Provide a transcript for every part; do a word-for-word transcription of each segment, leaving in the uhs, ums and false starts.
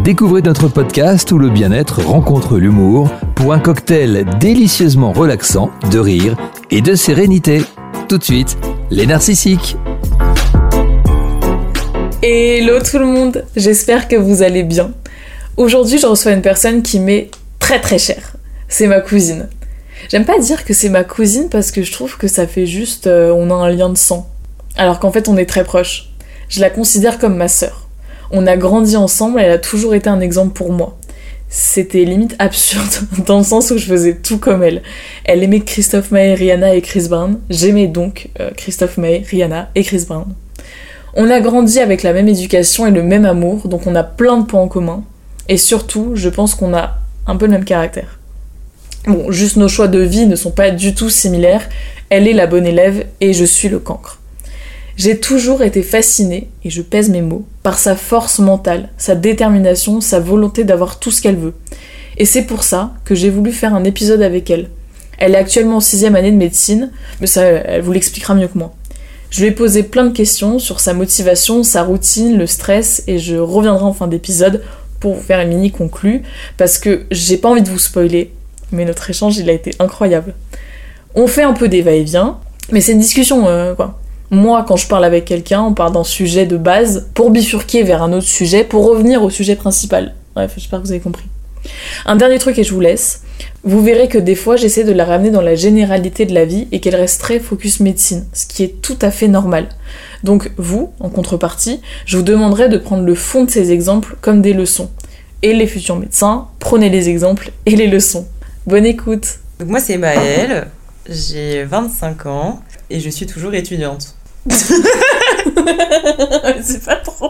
Découvrez notre podcast où le bien-être rencontre l'humour pour un cocktail délicieusement relaxant de rire et de sérénité. Tout de suite, les narcissiques. Hello tout le monde, j'espère que vous allez bien. Aujourd'hui, je reçois une personne qui m'est très très chère. C'est ma cousine. J'aime pas dire que c'est ma cousine parce que je trouve que ça fait juste euh, on a un lien de sang. Alors qu'en fait, on est très proches. Je la considère comme ma sœur. On a grandi ensemble, elle a toujours été un exemple pour moi. C'était limite absurde, dans le sens où je faisais tout comme elle. Elle aimait Christophe Maé, Rihanna et Chris Brown. J'aimais donc euh, Christophe Maé, Rihanna et Chris Brown. On a grandi avec la même éducation et le même amour, donc on a plein de points en commun. Et surtout, je pense qu'on a un peu le même caractère. Bon, juste nos choix de vie ne sont pas du tout similaires. Elle est la bonne élève et je suis le cancre. J'ai toujours été fascinée, et je pèse mes mots, par sa force mentale, sa détermination, sa volonté d'avoir tout ce qu'elle veut. Et c'est pour ça que j'ai voulu faire un épisode avec elle. Elle est actuellement en sixième année de médecine, mais ça, elle vous l'expliquera mieux que moi. Je lui ai posé plein de questions sur sa motivation, sa routine, le stress, et je reviendrai en fin d'épisode pour vous faire une mini conclue, parce que j'ai pas envie de vous spoiler, mais notre échange, il a été incroyable. On fait un peu des va-et-vient, mais c'est une discussion, euh, quoi. Moi, quand je parle avec quelqu'un, on part d'un sujet de base pour bifurquer vers un autre sujet, pour revenir au sujet principal. Bref, j'espère que vous avez compris. Un dernier truc et je vous laisse. Vous verrez que des fois, j'essaie de la ramener dans la généralité de la vie et qu'elle reste très focus médecine, ce qui est tout à fait normal. Donc vous, en contrepartie, je vous demanderai de prendre le fond de ces exemples comme des leçons. Et les futurs médecins, prenez les exemples et les leçons. Bonne écoute. Donc moi, c'est Maëlle, j'ai vingt-cinq ans et je suis toujours étudiante. C'est pas trop.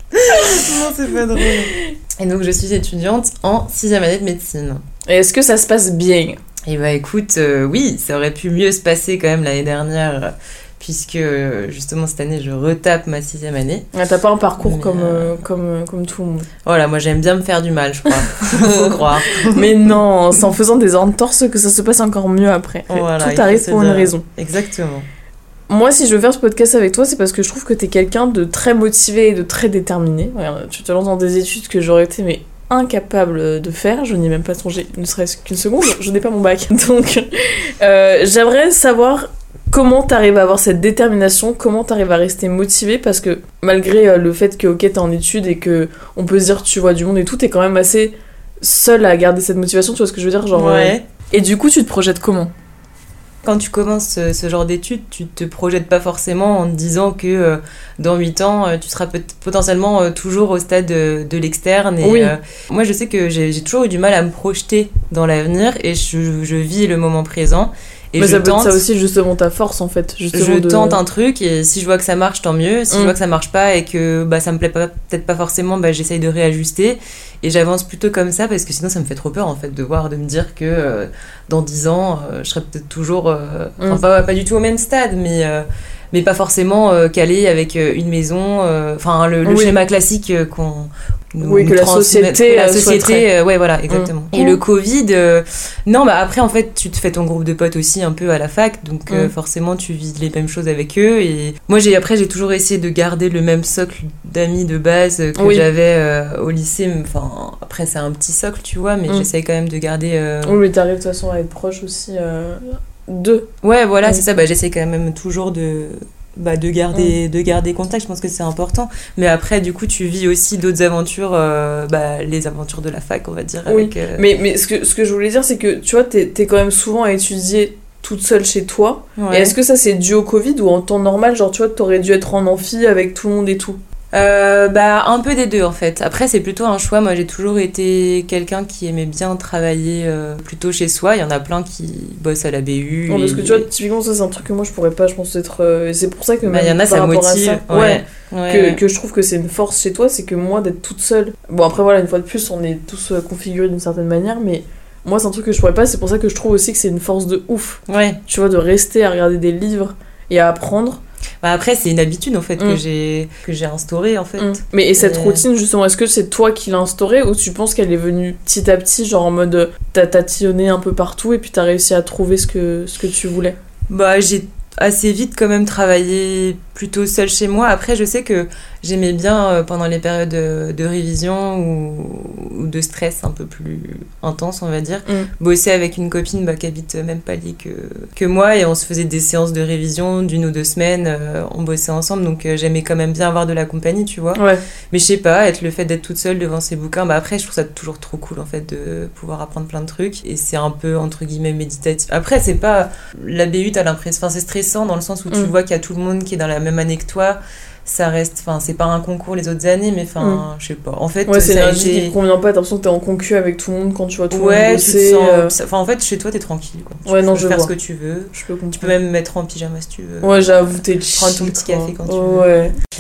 Non, c'est pas drôle. Et donc, je suis étudiante en sixième année de médecine. Et est-ce que ça se passe bien ? Et bah écoute, euh, oui, ça aurait pu mieux se passer quand même l'année dernière, puisque justement cette année, je retape ma sixième année. Ah, t'as pas un parcours Mais comme, euh... euh, comme, comme tout le monde. Voilà, moi j'aime bien me faire du mal, je crois. Faut croire. Mais non, c'est en faisant des entorses que ça se passe encore mieux après. Voilà, tout arrive pour une raison. Exactement. Moi, si je veux faire ce podcast avec toi, c'est parce que je trouve que t'es quelqu'un de très motivé et de très déterminé. Regarde, tu te lances dans des études que j'aurais été mais incapable de faire. Je n'y ai même pas songé, ne serait-ce qu'une seconde. Je n'ai pas mon bac. Donc, euh, j'aimerais savoir comment t'arrives à avoir cette détermination, comment t'arrives à rester motivé, parce que malgré euh, le fait que, ok, t'es en études et que on peut se dire tu vois du monde et tout, t'es quand même assez seule à garder cette motivation, tu vois ce que je veux dire, genre. Ouais. Euh... Et du coup, tu te projettes comment ? Quand tu commences ce, ce genre d'études, tu te projettes pas forcément en te disant que euh, dans huit ans, euh, tu seras peut- potentiellement euh, toujours au stade de, de l'externe. Et, oui. euh, moi, je sais que j'ai, j'ai toujours eu du mal à me projeter dans l'avenir et je, je vis le moment présent. Et mais je ça peut tente, être ça aussi, justement, ta force, en fait. Justement je de... tente un truc et si je vois que ça marche, tant mieux. Si mm. je vois que ça marche pas et que bah, ça me plaît pas, peut-être pas forcément, bah, j'essaye de réajuster. Et j'avance plutôt comme ça parce que sinon ça me fait trop peur en fait de voir, de me dire que euh, dans dix ans euh, je serai peut-être toujours euh, mm. enfin pas, pas du tout au même stade mais, euh, mais pas forcément euh, calé avec euh, une maison, enfin euh, le, le oui. schéma classique euh, qu'on nous, oui, nous que la société, la société euh, ouais voilà exactement. Mm. Et le Covid euh, non bah après en fait tu te fais ton groupe de potes aussi un peu à la fac donc mm. euh, forcément tu vis les mêmes choses avec eux et moi j'ai après j'ai toujours essayé de garder le même socle d'amis de base que oui. j'avais euh, au lycée, enfin après c'est un petit socle tu vois mais mm. j'essaye quand même de garder euh... oui mais t'arrives de toute façon à être proche aussi euh, d'eux ouais voilà mm. c'est ça bah j'essaie quand même toujours de bah de garder mm. de garder contact, je pense que c'est important mais après du coup tu vis aussi d'autres aventures euh, bah les aventures de la fac on va dire oui avec, euh... mais mais ce que ce que je voulais dire c'est que tu vois t'es t'es quand même souvent à étudier toute seule chez toi ouais. Et est-ce que ça c'est dû au Covid ou en temps normal genre tu vois t'aurais dû être en amphi avec tout le monde et tout? Euh, bah un peu des deux en fait. Après c'est plutôt un choix. Moi j'ai toujours été quelqu'un qui aimait bien travailler euh, plutôt chez soi. Il y en a plein qui bossent à la B U. Non, et... parce que tu vois typiquement ça c'est un truc que moi je pourrais pas je pense être. Euh... C'est pour ça que bah, il y en a ça motive. À ça, ouais. ouais, ouais, que, ouais. que je trouve que c'est une force chez toi, c'est que moi d'être toute seule. Bon après voilà une fois de plus on est tous euh, configurés d'une certaine manière mais. Moi, c'est un truc que je pourrais pas, c'est pour ça que je trouve aussi que c'est une force de ouf. Ouais. Tu vois, de rester à regarder des livres et à apprendre. Bah après, c'est une habitude, en fait, mm. que j'ai que j'ai instaurée, en fait. Mm. Mais et cette et... routine, justement, est-ce que c'est toi qui l'as instaurée ou tu penses qu'elle est venue petit à petit, genre en mode t'as tatillonné un peu partout et puis t'as réussi à trouver ce que, ce que tu voulais? Bah, j'ai assez vite quand même travaillé plutôt seule chez moi. Après, je sais que J'aimais bien euh, pendant les périodes de, de révision ou, ou de stress un peu plus intense, on va dire, Mm. bosser avec une copine bah, qui habite même palier que, que moi et on se faisait des séances de révision d'une ou deux semaines, euh, on bossait ensemble donc euh, j'aimais quand même bien avoir de la compagnie, tu vois. Ouais. Mais je sais pas, être le fait d'être toute seule devant ses bouquins, bah après je trouve ça toujours trop cool en fait de pouvoir apprendre plein de trucs et c'est un peu entre guillemets méditatif. Après c'est pas, la B U t'as l'impression, enfin c'est stressant dans le sens où tu Mm. vois qu'il y a tout le monde qui est dans la même année que toi. Ça reste, enfin c'est pas un concours les autres années mais enfin Mm. je sais pas en fait Ouais, c'est ça a l'énergie été- qui te convient pas, t'as l'impression que t'es en concu avec tout le monde quand tu vois tout le ouais monde tu te bosser. sens euh, ça- enfin en fait chez toi t'es tranquille quoi. Tu Ouais, peux non, je faire vois. ce que tu veux, Je peux comprendre. tu peux même mettre en pyjama si tu veux. Ouais, j'avoue, t'es chill. Prendre ton petit quoi. café quand tu Ouais. veux.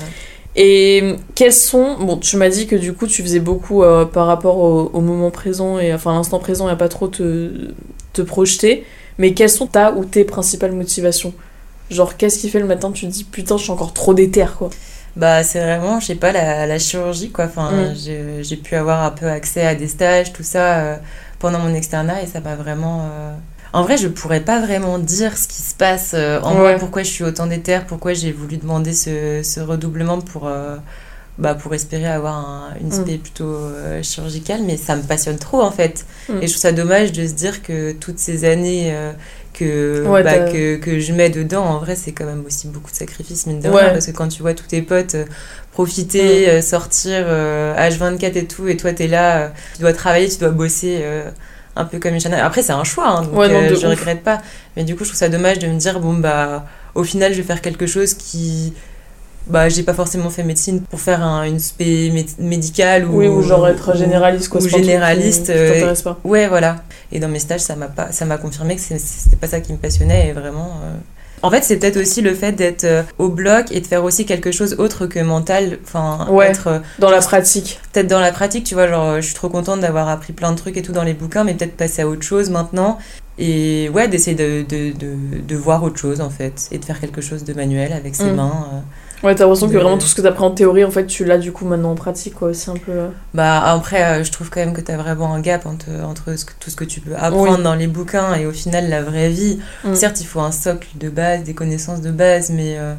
Et quels sont... Bon, tu m'as dit que du coup, tu faisais beaucoup euh, par rapport au, au moment présent, et enfin à l'instant présent, et à pas trop te, te projeter. Mais quelles sont ta ou tes principales motivations? Genre, qu'est-ce qui fait le matin, tu te dis, putain, je suis encore trop déter, quoi. Bah, c'est vraiment, je sais pas, la, la chirurgie, quoi. Enfin, Mm. j'ai, j'ai pu avoir un peu accès à des stages, tout ça, euh, pendant mon externat, et ça m'a vraiment... euh, En vrai, je pourrais pas vraiment dire ce qui se passe euh, en Ouais. moi, pourquoi je suis autant déter, pourquoi j'ai voulu demander ce, ce redoublement pour, euh, bah, pour espérer avoir un- une Mm. spé plutôt euh, chirurgicale, mais ça me passionne trop, en fait. Mm. Et je trouve ça dommage de se dire que toutes ces années... euh, que, Ouais, bah, t'as- que, que je mets dedans, en vrai, c'est quand même aussi beaucoup de sacrifices, mine de Ouais. rien, parce que quand tu vois tous tes potes euh, profiter, Mm. euh, sortir euh, H vingt-quatre et tout, et toi, t'es là, euh, tu dois travailler, tu dois bosser euh, un peu comme une chaîne. Après, c'est un choix, hein, donc Ouais, non, euh, de je ouf. regrette pas. Mais du coup, je trouve ça dommage de me dire, bon, bah, au final, je vais faire quelque chose qui... Bah, j'ai pas forcément fait médecine pour faire un- une spé mé- médicale ou... Oui, ou genre être généraliste, quoi. ou c'est pas un truc qui- généraliste, qui euh, t'intéresse pas. Ouais, voilà. Et dans mes stages, ça m'a pas, ça m'a confirmé que c'est- c'était pas ça qui me passionnait et vraiment. euh, En fait, c'est peut-être aussi le fait d'être euh, au bloc et de faire aussi quelque chose autre que mental. Enfin, Ouais. être euh, Dans la pratique. peut-être dans la pratique, tu vois. Genre, euh, je suis trop contente d'avoir appris plein de trucs et tout dans les bouquins, mais peut-être passer à autre chose maintenant. Et ouais, d'essayer de, de, de, de voir autre chose en fait et de faire quelque chose de manuel avec ses Mm. mains. euh. Ouais, t'as l'impression que Mais- vraiment tout ce que t'apprends en théorie, en fait, tu l'as du coup maintenant en pratique, quoi, aussi un peu. euh. Bah après, euh, je trouve quand même que t'as vraiment un gap entre, entre ce que- tout ce que tu peux apprendre Oui. dans les bouquins et au final la vraie vie. Mm. Certes, il faut un socle de base, des connaissances de base, mais euh,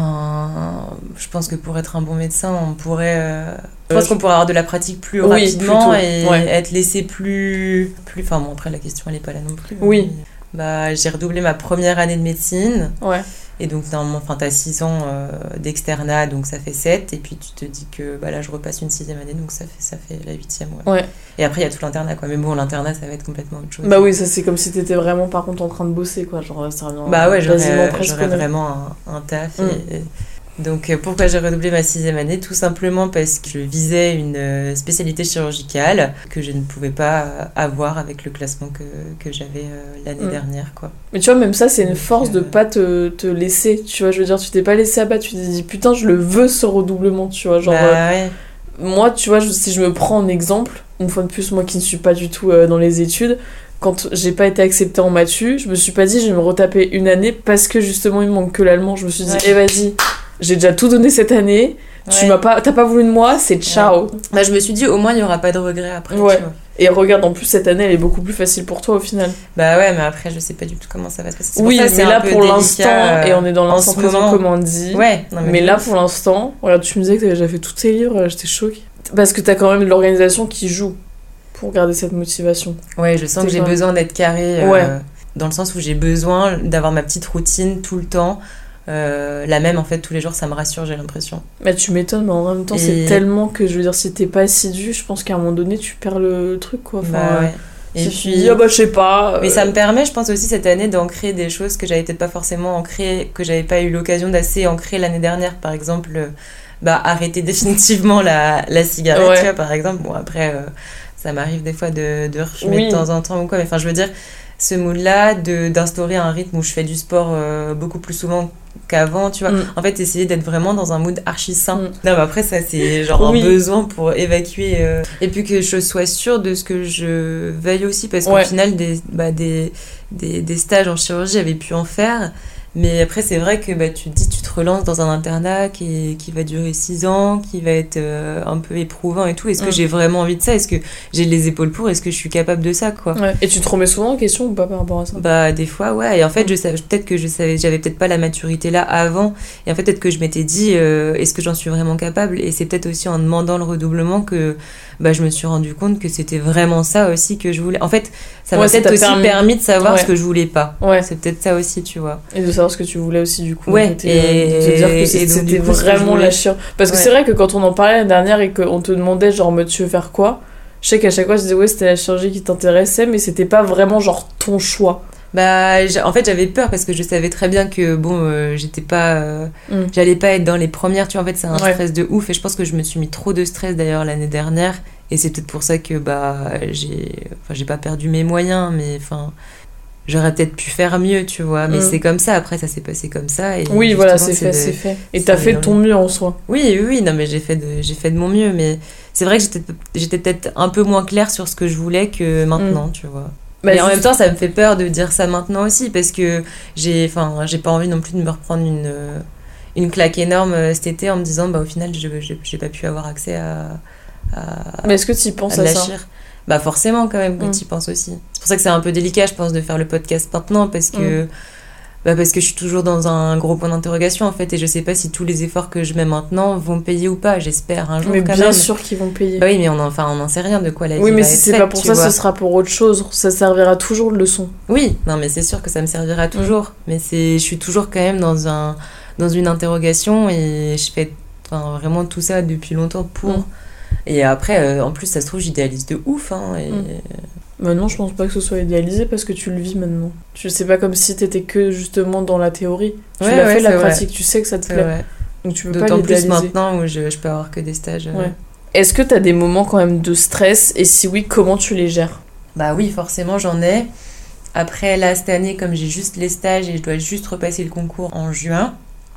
enfin, je pense que pour être un bon médecin, on pourrait, euh, je pense Euh, qu'on pourrait avoir de la pratique plus Oui, rapidement plutôt, et ouais. être laissé plus, plus. Enfin bon, après la question elle est pas là non plus. Oui. Mais, bah, j'ai redoublé ma première année de médecine. Ouais. Et donc, normalement, enfin, t'as six ans euh, d'externat, donc ça fait sept. Et puis, tu te dis que bah, là, je repasse une sixième année, donc ça fait, ça fait la huitième. Ouais. Ouais. Et après, il y a tout l'internat, quoi. Mais bon, l'internat, ça va être complètement autre chose. Bah oui, ça c'est comme si t'étais vraiment par contre en train de bosser, quoi. Genre, ça revient Bah ouais, quasiment j'aurais, presque j'aurais au même. vraiment un, un taf. Mm. Et, et- Donc, euh, pourquoi j'ai redoublé ma sixième année? Tout simplement parce que je visais une euh, spécialité chirurgicale que je ne pouvais pas euh, avoir avec le classement que, que j'avais euh, l'année Mm. dernière, quoi. Mais tu vois, même ça, c'est une Donc, force de euh, pas te, te laisser, tu vois. Je veux dire, tu t'es pas laissé abattre, tu t'es dit putain, je le veux ce redoublement, tu vois. Genre, euh, bah ouais. moi, tu vois, je- si je me prends en exemple, une fois de plus, moi qui ne suis pas du tout euh, dans les études, quand j'ai pas été acceptée en mathu, je me suis pas dit je vais me retaper une année parce que justement il me manque que l'allemand. Je me suis dit, Ouais. eh vas-y, j'ai déjà tout donné cette année, tu Ouais. m'as pas, t'as pas voulu de moi, c'est ciao. Bah, je me suis dit, au moins, il n'y aura pas de regrets après. Ouais. Tu vois. Et regarde, en plus, cette année, elle est beaucoup plus facile pour toi au final. Bah ouais, mais après, je sais pas du tout comment ça va se passer. C'est Oui, pour ça, c'est mais un là peu pour délicat, l'instant, euh, et on est dans en l'instant ce présent moment. comme on dit. Ouais, non, Mais de là ouf. pour l'instant, voilà, tu me disais que t'avais déjà fait tous tes livres, euh, j'étais choquée. Parce que t'as quand même de l'organisation qui joue pour garder cette motivation. Ouais, je sens que C'est j'ai quand même- besoin d'être carré. euh, Ouais. Dans le sens où j'ai besoin d'avoir ma petite routine tout le temps. Euh, la même, en fait, tous les jours, ça me rassure, j'ai l'impression. Mais tu m'étonnes, mais en même temps, Et- c'est tellement que, je veux dire, si t'es pas assidu, je pense qu'à un moment donné, tu perds le truc, quoi. Enfin, Bah, euh, ouais. Et si puis... tu dis, ah bah, je sais pas. Mais euh, ça me permet, je pense aussi cette année, d'ancrer des choses que j'avais peut-être pas forcément ancrées, que j'avais pas eu l'occasion d'assez ancrer l'année dernière. Par exemple, euh, bah, arrêter définitivement la, la cigarette, Ouais. tu vois, par exemple. Bon, après, euh, ça m'arrive des fois de, de refumer Oui. de temps en temps ou quoi. Mais enfin, je veux dire, ce mood-là, de, d'instaurer un rythme où je fais du sport euh, beaucoup plus souvent qu'avant, tu vois. Mm. En fait, essayer d'être vraiment dans un mood archi sain. Mm. Non, mais après, ça, c'est genre Oui. un besoin pour évacuer. euh, Et puis que je sois sûre de ce que je veuille aussi, parce qu'au Ouais. final, des, bah, des, des, des stages en chirurgie, j'avais pu en faire. Mais après, c'est vrai que bah, tu te dis, tu te relances dans un internat qui, est, qui va durer six ans, qui va être euh, un peu éprouvant et tout. Est-ce que mmh. j'ai vraiment envie de ça ? Est-ce que j'ai les épaules pour ? Est-ce que je suis capable de ça, quoi ? Ouais. Et tu te remets souvent en question ou pas par rapport à ça ? Bah, des fois, ouais. Et en fait, je savais, peut-être que je savais, j'avais peut-être pas la maturité là avant. Et en fait, peut-être que je m'étais dit, euh, est-ce que j'en suis vraiment capable ? Et c'est peut-être aussi en demandant le redoublement que bah, je me suis rendu compte que c'était vraiment ça aussi que je voulais. En fait, ça m'a ouais, peut-être aussi permis... permis de savoir ouais. ce que je voulais pas. Ouais. C'est peut-être ça aussi, tu vois. Et de savoir ce que tu voulais aussi, du coup. Ouais, et, et de dire que c'était, c'était coup, vraiment la chiant. Parce que ouais. c'est vrai que quand on en parlait l'année dernière et qu'on te demandait, genre, mode, tu veux faire quoi ? Je sais qu'à chaque fois, je disais, ouais, c'était la chirurgie qui t'intéressait, mais c'était pas vraiment, genre, ton choix. Bah, en fait, j'avais peur parce que je savais très bien que, bon, euh, j'étais pas... Euh, mm. J'allais pas être dans les premières, tu vois, en fait, c'est un ouais. stress de ouf. Et je pense que je me suis mis trop de stress, d'ailleurs, l'année dernière. Et c'est peut-être pour ça que, bah, j'ai... Enfin, j'ai pas perdu mes moyens, mais, enfin... J'aurais peut-être pu faire mieux, tu vois, mais mmh. c'est comme ça, après ça s'est passé comme ça. Et oui, voilà, c'est, c'est fait, de... c'est fait. Et c'est t'as fait de ton mieux en soi. Oui, oui, oui, non, mais j'ai fait, de, j'ai fait de mon mieux, mais c'est vrai que j'étais, j'étais peut-être un peu moins claire sur ce que je voulais que maintenant, mmh. tu vois. Bah, mais en même temps, ça me fait peur de dire ça maintenant aussi, parce que j'ai, enfin, j'ai pas envie non plus de me reprendre une, une claque énorme cet été en me disant, bah au final, je, je, j'ai pas pu avoir accès à... à mais est-ce que tu y penses à, à ça chire. Bah forcément quand même que mmh. tu y penses aussi. C'est pour ça que c'est un peu délicat, je pense, de faire le podcast maintenant parce que, mmh. bah, parce que je suis toujours dans un gros point d'interrogation en fait et je sais pas si tous les efforts que je mets maintenant vont payer ou pas. J'espère un jour mais quand bien même. sûr qu'ils vont payer. Bah oui, mais on en, enfin, on n'en sait rien de quoi la vie oui, mais va si être c'est faite, pas pour ça, vois. Ce sera pour autre chose. Ça servira toujours de leçon. Oui, non mais c'est sûr que ça me servira toujours. Mmh. Mais c'est, je suis toujours quand même dans, un, dans une interrogation et je fais enfin, vraiment tout ça depuis longtemps pour... Mmh. Et après, euh, en plus, ça se trouve, j'idéalise de ouf. Hein, et... mmh. Maintenant, je pense pas que ce soit idéalisé parce que tu le vis maintenant. Tu sais pas comme si t'étais que justement dans la théorie. Tu ouais, l'as ouais, fait, la pratique, vrai. Tu sais que ça te c'est plaît. Vrai. Donc tu peux D'autant pas l'idéaliser. D'autant plus maintenant où je, je peux avoir que des stages. Euh... Ouais. Est-ce que t'as des moments quand même de stress et si oui, comment tu les gères ? Bah oui, forcément, j'en ai. Après, là, cette année, comme j'ai juste les stages et je dois juste repasser le concours en juin,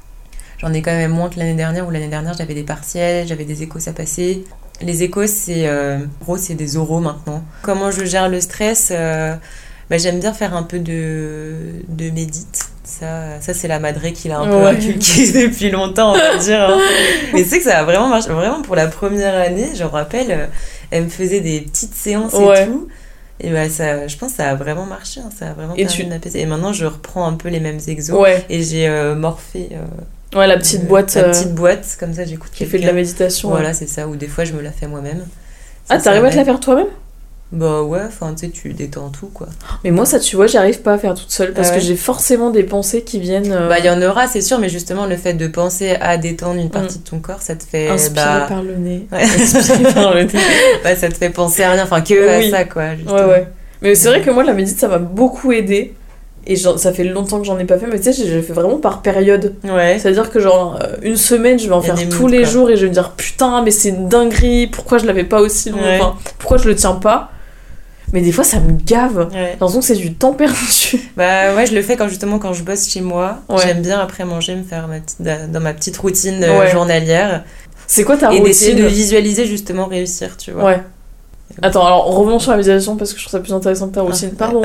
j'en ai quand même moins que l'année dernière où l'année dernière, j'avais des partiels, j'avais des échos à passer. Les échos, c'est, euh, gros, c'est des oraux maintenant. Comment je gère le stress euh, bah, j'aime bien faire un peu de, de médite. Ça, ça, c'est la madré qui l'a un peu ouais. inculqué depuis longtemps, on va dire. Hein. Mais c'est que ça a vraiment marché. Vraiment, pour la première année, je me rappelle, euh, elle me faisait des petites séances ouais. et tout. Et bah, ça, je pense que ça a vraiment marché. Hein. Ça a vraiment et permis tu... de m'apaiser. Et maintenant, je reprends un peu les mêmes exos. Ouais. Et j'ai euh, morphé... Euh, Ouais, la petite euh, boîte. La euh... petite boîte, comme ça j'écoute. Qui quelqu'un. fait de la méditation. Voilà, ouais. c'est ça. Ou des fois je me la fais moi-même. Ça, ah, t'arrives à te la faire toi-même ? Bah ouais, enfin tu sais, tu détends tout quoi. Mais moi, ça, tu vois, j'arrive pas à faire toute seule parce ah ouais. que j'ai forcément des pensées qui viennent. Euh... Bah, il y en aura, c'est sûr, mais justement, le fait de penser à détendre une partie mmh. de ton corps, ça te fait. Inspirer bah... par le nez. Ouais. Inspirer par le nez. Bah, ça te fait penser à rien, enfin que oui. à ça quoi. Justement. Ouais, ouais. Mais c'est vrai que moi, la médite, ça m'a beaucoup aidée. Et genre, ça fait longtemps que j'en ai pas fait, mais tu sais, je le fais vraiment par période. Ouais. C'est-à-dire que genre, euh, une semaine, je vais en faire tous moods, les quoi. Jours et je vais me dire, putain, mais c'est une dinguerie, pourquoi je l'avais pas aussi longtemps, ouais. enfin, pourquoi je le tiens pas. Mais des fois, ça me gave. Ouais. J'ai l'impression que c'est du temps perdu. Bah ouais, je le fais quand justement quand je bosse chez moi. Ouais. J'aime bien après manger me faire ma petite, dans ma petite routine euh, ouais. journalière. C'est quoi ta et routine ? Et d'essayer de visualiser justement réussir, tu vois. Ouais. Attends, alors revenons sur la visualisation parce que je trouve ça plus intéressant que ta routine. Ah, pardon.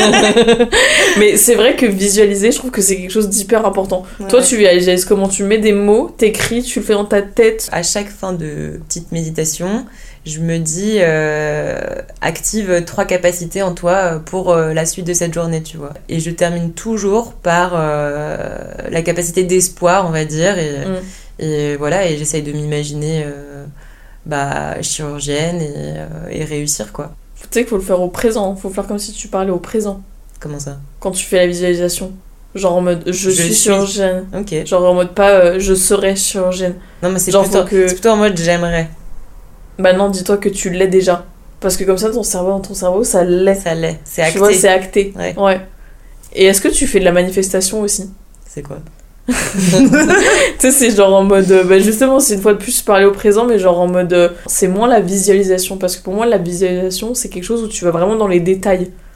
Mais c'est vrai que visualiser, je trouve que c'est quelque chose d'hyper important. Ouais. Toi, tu visualises comment ? Tu mets des mots, t'écris, tu le fais dans ta tête. À chaque fin de petite méditation, je me dis euh, active trois capacités en toi pour euh, la suite de cette journée, tu vois. Et je termine toujours par euh, la capacité d'espoir, on va dire. Et, mm. et voilà, et j'essaye de m'imaginer. Euh, bah chirurgienne et, euh, et réussir quoi. Tu sais qu'il faut le faire au présent, faut faire comme si tu parlais au présent. Comment ça ? Quand tu fais la visualisation, genre en mode je, je suis, suis chirurgienne. Ok. Genre en mode pas euh, je serai chirurgienne. Non mais c'est plutôt, que... c'est plutôt en mode j'aimerais. Bah non, dis-toi que tu l'es déjà. Parce que comme ça ton cerveau, dans ton cerveau ça l'est. Ça l'est, c'est acté. Tu vois, c'est acté. Ouais. ouais. Et est-ce que tu fais de la manifestation aussi ? C'est quoi ? Tu sais, c'est genre en mode bah justement c'est une fois de plus parler au présent, mais genre en mode c'est moins la visualisation, parce que pour moi la visualisation c'est quelque chose où tu vas vraiment dans les détails.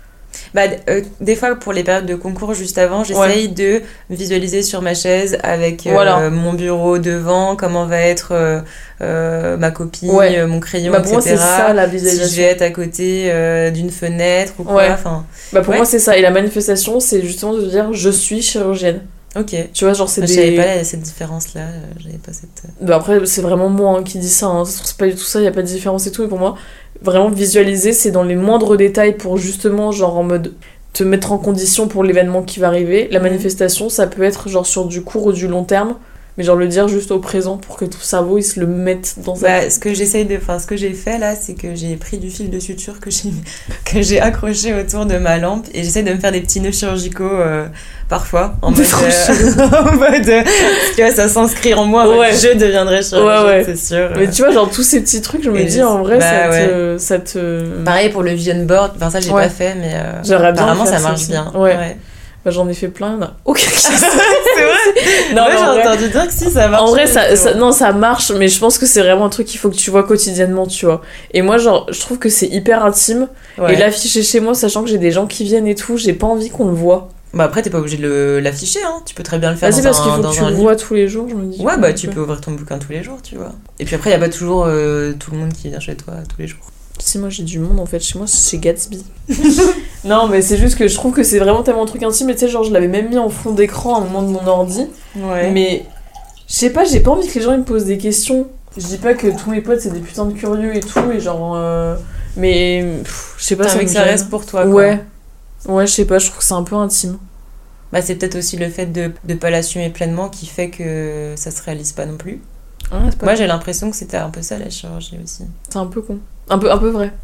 Bah, euh, des fois, pour les périodes de concours juste avant, j'essaye ouais. de visualiser sur ma chaise avec euh, voilà. mon bureau devant, comment va être euh, euh, ma copie, ouais. euh, mon crayon, bah, pour et cetera. Moi, c'est ça, la visualisation. Si je vais être à côté euh, d'une fenêtre ou quoi. Ouais. Enfin, bah, pour ouais. moi, c'est ça. Et la manifestation, c'est justement de dire je suis chirurgienne. Ok. Tu vois, genre, c'est bah, des... Je savais pas la, cette différence-là. Euh, j'avais pas cette... Bah, après, c'est vraiment moi hein, qui dis ça. Hein. C'est pas du tout ça, il y a pas de différence et tout. Et pour moi, vraiment, visualiser, c'est dans les moindres détails pour justement, genre, en mode... te mettre en condition pour l'événement qui va arriver. La mmh. manifestation, ça peut être genre sur du court ou du long terme, mais genre le dire juste au présent pour que ton cerveau il se le mette dans bah, sa... ce que j'essaye de enfin ce que j'ai fait là, c'est que j'ai pris du fil de suture que j'ai que j'ai accroché autour de ma lampe et j'essaie de me faire des petits nœuds chirurgicaux euh, parfois en mode euh, en mode euh, tu vois ça s'inscrit en moi ouais. mode, je deviendrai chirurgienne, ouais, ouais. c'est sûr. Mais tu vois genre tous ces petits trucs, je me et dis en vrai bah, ça, ouais. te, ça te pareil pour le vision board, enfin ça j'ai ouais. pas fait mais euh, j'aurais bien apparemment ça marche aussi. bien. Ouais. ouais. Bah, j'en ai fait plein, là. Ok. C'est vrai. Non, ouais, j'ai vrai... entendu dire que si, ça marche. En vrai, ça, ça, non, ça marche, mais je pense que c'est vraiment un truc qu'il faut que tu vois quotidiennement, tu vois. Et moi, genre, je trouve que c'est hyper intime. Ouais. Et l'afficher chez moi, sachant que j'ai des gens qui viennent et tout, j'ai pas envie qu'on le voit. Bah après, t'es pas obligé de le, l'afficher, hein. Tu peux très bien le faire Vas-y, dans parce un, qu'il faut dans que tu un le vois tous les jours, je me dis. Ouais, bah tu peux ouvrir ton bouquin tous les jours, tu vois. Et puis après, y a pas toujours euh, tout le monde qui vient chez toi tous les jours. Si moi j'ai du monde en fait chez moi, c'est chez Gatsby. Non mais c'est juste que je trouve que c'est vraiment tellement un truc intime et tu sais genre je l'avais même mis en fond d'écran à un moment de mon ordi. Ouais. Mais je sais pas, j'ai pas envie que les gens ils me posent des questions. Je dis pas que tous mes potes c'est des putains de curieux et tout et genre euh... mais pff, je sais pas. T'as ça envie que ça reste pour toi quoi. Ouais. Ouais je sais pas, je trouve que c'est un peu intime. Bah c'est peut-être aussi le fait de, de pas l'assumer pleinement qui fait que ça se réalise pas non plus. Ouais, moi cool. J'ai l'impression que c'était un peu ça la chirurgie aussi. C'est un peu con. Un peu, un peu vrai.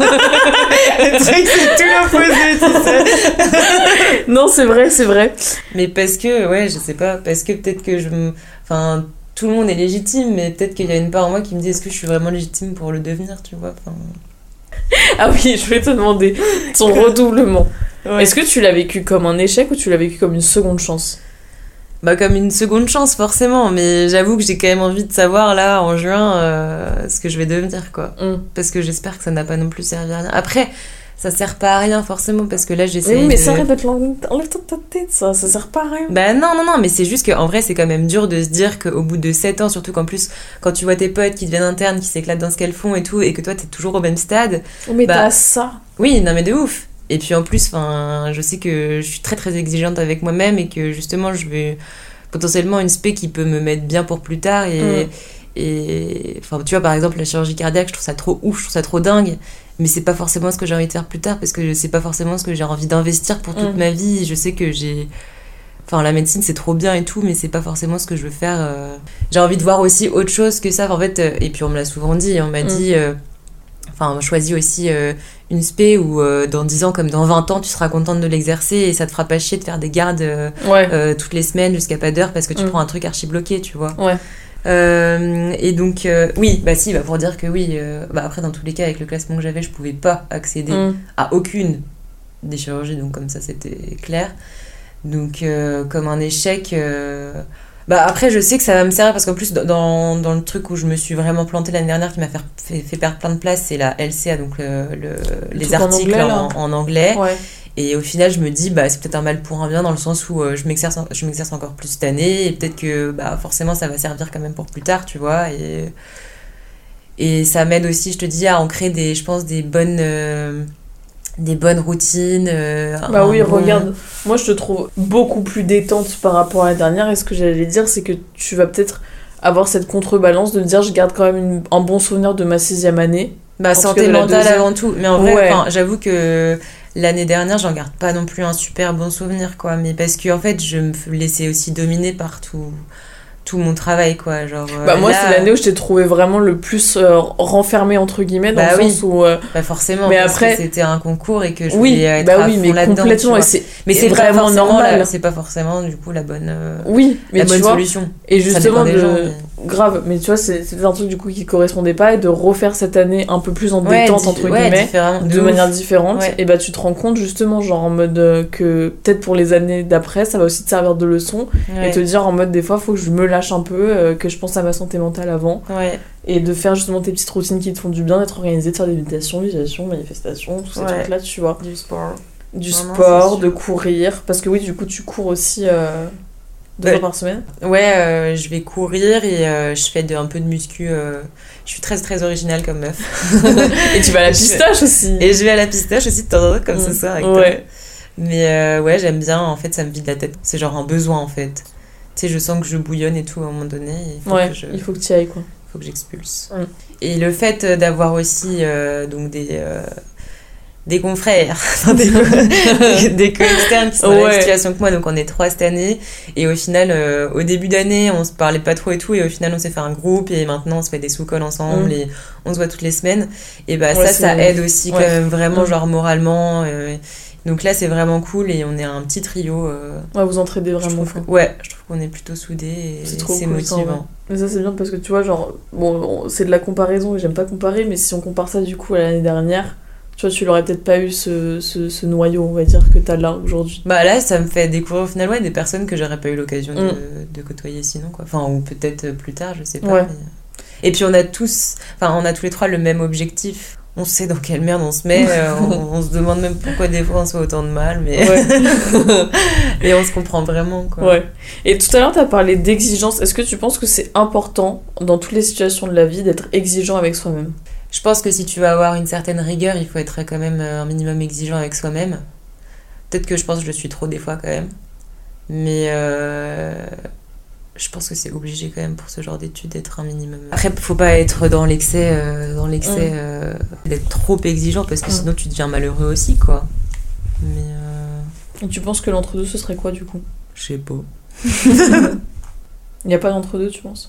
Le truc, c'est tout l'opposé, tu sais. Non, c'est vrai, c'est vrai. Mais parce que, ouais, je sais pas, parce que peut-être que je me... Enfin, tout le monde est légitime, mais peut-être qu'il y a une part en moi qui me dit est-ce que je suis vraiment légitime pour le devenir, tu vois enfin... Ah oui, je voulais te demander ton redoublement. Ouais. Est-ce que tu l'as vécu comme un échec ou tu l'as vécu comme une seconde chance ? Bah comme une seconde chance forcément, mais j'avoue que j'ai quand même envie de savoir là en juin euh, ce que je vais devenir quoi. Mm. Parce que j'espère que ça n'a pas non plus servi à rien. Après ça sert pas à rien forcément parce que là j'essaie oui, mais de... ça répète enlève ta tête ça, ça sert pas à rien. Bah non non non mais c'est juste qu'en vrai c'est quand même dur de se dire qu'au bout de sept ans, surtout qu'en plus quand tu vois tes potes qui deviennent internes, qui s'éclatent dans ce qu'elles font et tout et que toi t'es toujours au même stade. Oh, mais bah... t'as ça. Oui non mais de ouf. Et puis en plus je sais que je suis très très exigeante avec moi-même et que justement je vais... potentiellement une spé qui peut me mettre bien pour plus tard et, mm. et enfin tu vois par exemple la chirurgie cardiaque je trouve ça trop ouf, je trouve ça trop dingue mais c'est pas forcément ce que j'ai envie de faire plus tard parce que c'est pas forcément ce que j'ai envie d'investir pour toute mm. ma vie. Je sais que j'ai enfin la médecine c'est trop bien et tout mais c'est pas forcément ce que je veux faire euh... j'ai envie de voir aussi autre chose que ça en fait euh... et puis on me l'a souvent dit on m'a mm. dit euh... enfin on choisit aussi euh, une spé où euh, dans dix ans comme dans vingt ans tu seras contente de l'exercer et ça te fera pas chier de faire des gardes euh, ouais. euh, toutes les semaines jusqu'à pas d'heure parce que tu mm. prends un truc archi bloqué tu vois ouais. euh, et donc euh, oui bah si bah pour dire que oui euh, bah après dans tous les cas avec le classement que j'avais je pouvais pas accéder mm. à aucune des chirurgies donc comme ça c'était clair donc euh, comme un échec euh, bah après je sais que ça va me servir parce qu'en plus dans, dans le truc où je me suis vraiment plantée l'année dernière qui m'a fait, fait, fait perdre plein de place c'est la L C A donc le, le, le les articles en anglais, en, en anglais. Ouais. Et au final je me dis bah c'est peut-être un mal pour un bien dans le sens où euh, je, m'exerce, je m'exerce encore plus cette année et peut-être que bah forcément ça va servir quand même pour plus tard tu vois et, et ça m'aide aussi je te dis à ancrer des, je pense des bonnes... Euh, des bonnes routines. Euh, bah oui, bon... regarde, moi je te trouve beaucoup plus détente par rapport à la dernière et ce que j'allais dire c'est que tu vas peut-être avoir cette contrebalance de dire je garde quand même une, un bon souvenir de ma sixième année. Bah santé mentale avant tout, mais en vrai ouais. J'avoue que l'année dernière j'en garde pas non plus un super bon souvenir quoi, mais parce que en fait je me laissais aussi dominer par tout... tout mon travail quoi genre bah euh, moi là... c'est l'année où je t'ai trouvé vraiment le plus euh, renfermée entre guillemets dans bah le oui. sens où euh... bah forcément mais parce après que c'était un concours et que je oui, voulais être bah à oui, fond mais là-dedans complètement et c'est mais et c'est vraiment normal la, c'est pas forcément du coup la bonne euh, oui mais la tu bonne vois, solution et justement de... gens, mais... grave mais tu vois c'est, c'est un truc du coup qui correspondait pas et de refaire cette année un peu plus en ouais, détente dif- entre ouais, guillemets de, de manière différente ouais. et bah tu te rends compte justement genre en mode euh, que peut-être pour les années d'après ça va aussi te servir de leçon ouais. et te dire en mode des fois faut que je me lâche un peu euh, que je pense à ma santé mentale avant ouais. et de faire justement tes petites routines qui te font du bien, d'être organisé, de faire des méditations, visualisations, manifestations, tous ces ouais. trucs là tu vois du sport Du Non, non, sport, c'est de sûr. courir. Parce que oui, du coup, tu cours aussi euh, deux Ouais. fois par semaine. Ouais, euh, je vais courir et euh, je fais de, un peu de muscu. euh, Je suis très très originale comme meuf. Et tu vas à la Je- pistache aussi. Et je vais à la pistache aussi de temps en temps, comme Mm. ce soir avec toi. Ouais. Mais euh, ouais, j'aime bien, en fait, ça me vide la tête. C'est genre un besoin, en fait. Tu sais, je sens que je bouillonne et tout à un moment donné. Il faut Ouais, que je... il faut que tu y ailles, quoi. faut que j'expulse. Mm. Et le fait d'avoir aussi euh, donc des, euh, des confrères, enfin, des, des, des co-externes qui sont dans la Ouais. même situation que moi, donc on est trois cette année. Et au final, euh, au début d'année, on se parlait pas trop et tout, et au final, on s'est fait un groupe, et maintenant, on se fait des sous-cols ensemble, Mm. et on se voit toutes les semaines. Et bah, Ouais, ça, ça c'est- aide aussi quand ouais. même vraiment, Mm. genre moralement. euh, donc là, c'est vraiment cool, et on est un petit trio. euh, Ouais, vous entraidez je vraiment, trouve quoi. que- ouais, je trouve qu'on est plutôt soudés, et C'est trop c'est cool, ça, motivant. ouais. Mais ça, c'est bien parce que tu vois, genre, bon, on- c'est de la comparaison et j'aime pas comparer, mais si on compare ça du coup à l'année dernière, tu vois, tu l'aurais peut-être pas eu ce, ce, ce noyau, on va dire, que t'as là aujourd'hui. Bah là, ça me fait découvrir au final ouais, des personnes que j'aurais pas eu l'occasion de, Mm. de côtoyer sinon, quoi. Enfin, ou peut-être plus tard, je sais pas. Ouais. mais- Et puis on a tous, enfin, on a tous les trois le même objectif. On sait dans quelle merde on se met, euh, on, on se demande même pourquoi des fois on se fait autant de mal, mais. Ouais. Et on se comprend vraiment, quoi. Ouais. Et tout à l'heure, t'as parlé d'exigence. Est-ce que tu penses que c'est important, dans toutes les situations de la vie, d'être exigeant avec soi-même ? Je pense que si tu veux avoir une certaine rigueur, il faut être quand même un minimum exigeant avec soi-même. Peut-être que je pense que je le suis trop des fois quand même. Mais euh, je pense que c'est obligé quand même pour ce genre d'études d'être un minimum. Après, faut pas être dans l'excès, euh, dans l'excès Mm. euh, d'être trop exigeant parce que Mm. sinon tu deviens malheureux aussi, quoi. Mais euh, Et tu penses que l'entre-deux, ce serait quoi, du coup ? je sais pas. Il n'y a pas d'entre-deux, tu penses ?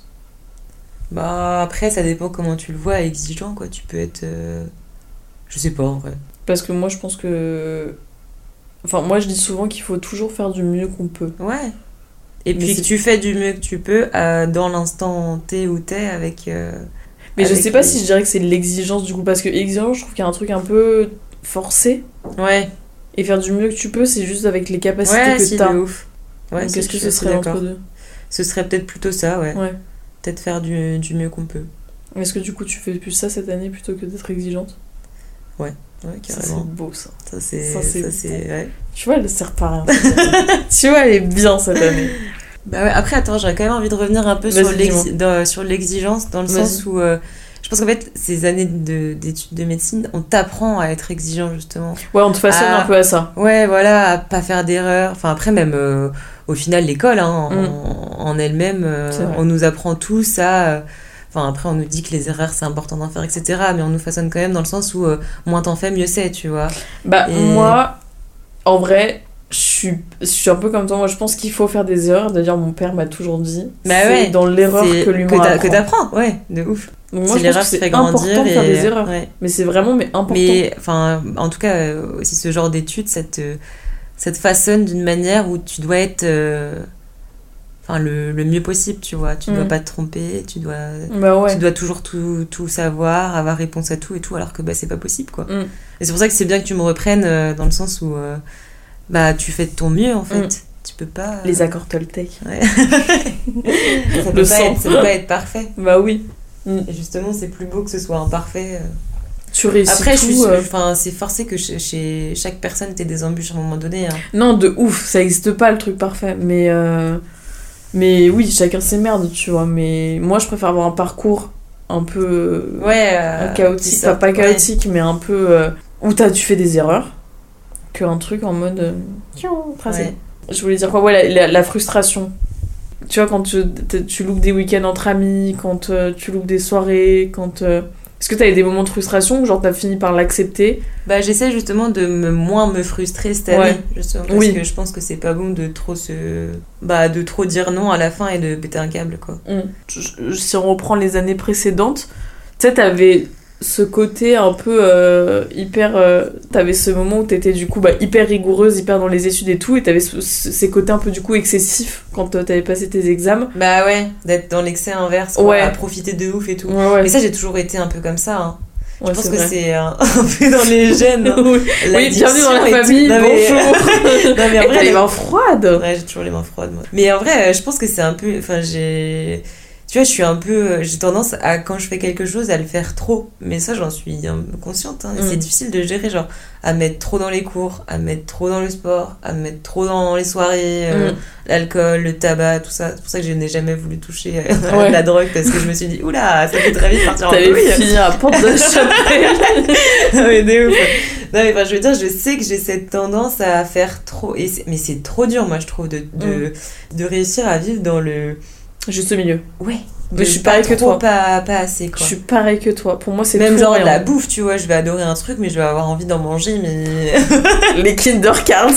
Bah après, ça dépend comment tu le vois, exigeant, quoi. Tu peux être, euh, je sais pas en vrai. Parce que moi, je pense que... Enfin, moi, je dis souvent qu'il faut toujours faire du mieux qu'on peut. Ouais. Et Mais puis c'est- que tu fais du mieux que tu peux euh, dans l'instant T où t'es avec. euh, Mais je avec sais pas les- si je dirais que c'est de l'exigence, du coup, parce que exigence, je trouve qu'il y a un truc un peu forcé. Ouais. Et faire du mieux que tu peux, c'est juste avec les capacités Ouais, que si, t'as. de ouf. Ouais, Donc, si, est-ce que je ce suis serait d'accord. l'entre-deux ? Ce serait peut-être plutôt ça, ouais. Ouais. Peut-être faire du, du mieux qu'on peut. Est-ce que du coup, tu fais plus ça cette année plutôt que d'être exigeante ? Ouais, Ça, c'est carrément. beau, ça. Ça, c'est. Ça, c'est Ça, c'est. Ouais. Tu vois, elle ne sert pas à rien. cette année. Tu vois, elle est bien cette année. Bah ouais, après, attends, j'aurais quand même envie de revenir un peu Vas-y, sur, l'exi- dis-moi. dans- sur l'exigence, dans le Vas-y. sens où. euh, je pense qu'en fait, ces années de- d'études de médecine, on t'apprend à être exigeant, justement. Ouais, on te façonne Ah. un peu à ça. Ouais, voilà, à pas faire d'erreurs. Enfin, après, même euh, au final, l'école, hein, en, Mm. en elle-même, euh, C'est vrai. on nous apprend tous à. euh, Enfin, après, on nous dit que les erreurs, c'est important d'en faire, et cetera. Mais on nous façonne quand même dans le sens où euh, moins t'en fais, mieux c'est, tu vois. Bah, Et- moi, en vrai, je suis, je suis un peu comme toi. Moi, je pense qu'il faut faire des erreurs. D'ailleurs, mon père m'a toujours dit. Bah c'est ouais, dans l'erreur C'est- que l'humain t'a- apprend. que t'apprends, ouais, de ouf. Donc, moi, C'est je pense l'erreur que qui fait c'est grandir. important de faire et- des erreurs. ouais. Mais c'est vraiment mais important. Mais enfin, en tout cas, euh, aussi ce genre d'études, ça te, ça te façonne d'une manière où tu dois être euh, enfin, le, le mieux possible, tu vois. Tu dois Mm. pas te tromper, tu dois, Bah ouais. tu dois toujours tout, tout savoir, avoir réponse à tout et tout, alors que bah, c'est pas possible, quoi. Mm. Et c'est pour ça que c'est bien que tu me reprennes euh, dans le sens où euh, bah, tu fais de ton mieux, en fait. Mm. Tu peux pas... euh, Les accords Toltec. Ouais. ça, peut Le pas sang. être, ça peut pas être parfait. Bah oui. Et justement, c'est plus beau que ce soit imparfait. euh. Tu réussis Après, je tout. suis, euh, enfin, c'est forcé que chez, chez chaque personne, t'aies des embûches à un moment donné. Hein. Non, de ouf, ça existe pas le truc parfait. Mais, euh, mais oui, chacun ses merdes, tu vois. Mais moi, je préfère avoir un parcours un peu Ouais. euh, euh, chaotique. qui sort- Enfin, pas ouais. chaotique, mais un peu. euh, où t'as, tu fais des erreurs. Qu'un truc en mode. euh, tiou, tracé. Ouais. Je voulais dire quoi? Ouais, la, la- la frustration. Tu vois, quand tu, t- tu loupes des week-ends entre amis, quand euh, tu loupes des soirées, quand. euh, Est-ce que t'as eu des moments de frustration où genre t'as fini par l'accepter? Bah, j'essaie justement de me, moins me frustrer cette année, Ouais. justement, parce Oui. que je pense que c'est pas bon de trop se... Bah, de trop dire non à la fin et de péter un câble, quoi. Mm. Je- je- Si on reprend les années précédentes, tu sais, t'avais ce côté un peu euh, hyper... euh, t'avais ce moment où t'étais du coup bah, hyper rigoureuse, hyper dans les études et tout, et t'avais ce- ce- ces côtés un peu du coup excessifs quand euh, t'avais passé tes examens. Bah ouais, d'être dans l'excès inverse, quoi, Ouais. à profiter de ouf et tout. Ouais, ouais. Mais ça, j'ai toujours été un peu comme ça, hein. Ouais, Je pense c'est que vrai. c'est un, un peu dans les gènes. Hein. oui, oui, bienvenue dans la famille, bonjour. non, mais en Et vrai, t'as les mains froides. Ouais, j'ai toujours les mains froides, moi. Mais en vrai, euh, je pense que c'est un peu... Enfin, j'ai... tu vois, je suis un peu... J'ai tendance, à quand je fais quelque chose, à le faire trop. Mais ça, j'en suis un peu consciente. Hein. Mm. C'est difficile de gérer, genre, à mettre trop dans les cours, à mettre trop dans le sport, à mettre trop dans les soirées, euh, mm. l'alcool, le tabac, tout ça. C'est pour ça que je n'ai jamais voulu toucher à ouais. la drogue, parce que je me suis dit, oula, ça peut très vite partir en couille. T'allais finir à porte de chapelle. Non, mais de ouf. Non, mais enfin, je veux dire, je sais que j'ai cette tendance à faire trop... Et c'est... Mais c'est trop dur, moi, je trouve, de, de, mm. de réussir à vivre dans le... Juste au milieu. Ouais. Mais je suis pareil que toi. Pas, pas assez, quoi. Je suis pareil que toi. Pour moi, c'est même tout genre rien. De la bouffe, tu vois. Je vais adorer un truc, mais je vais avoir envie d'en manger, mais... Les Kinder Cards.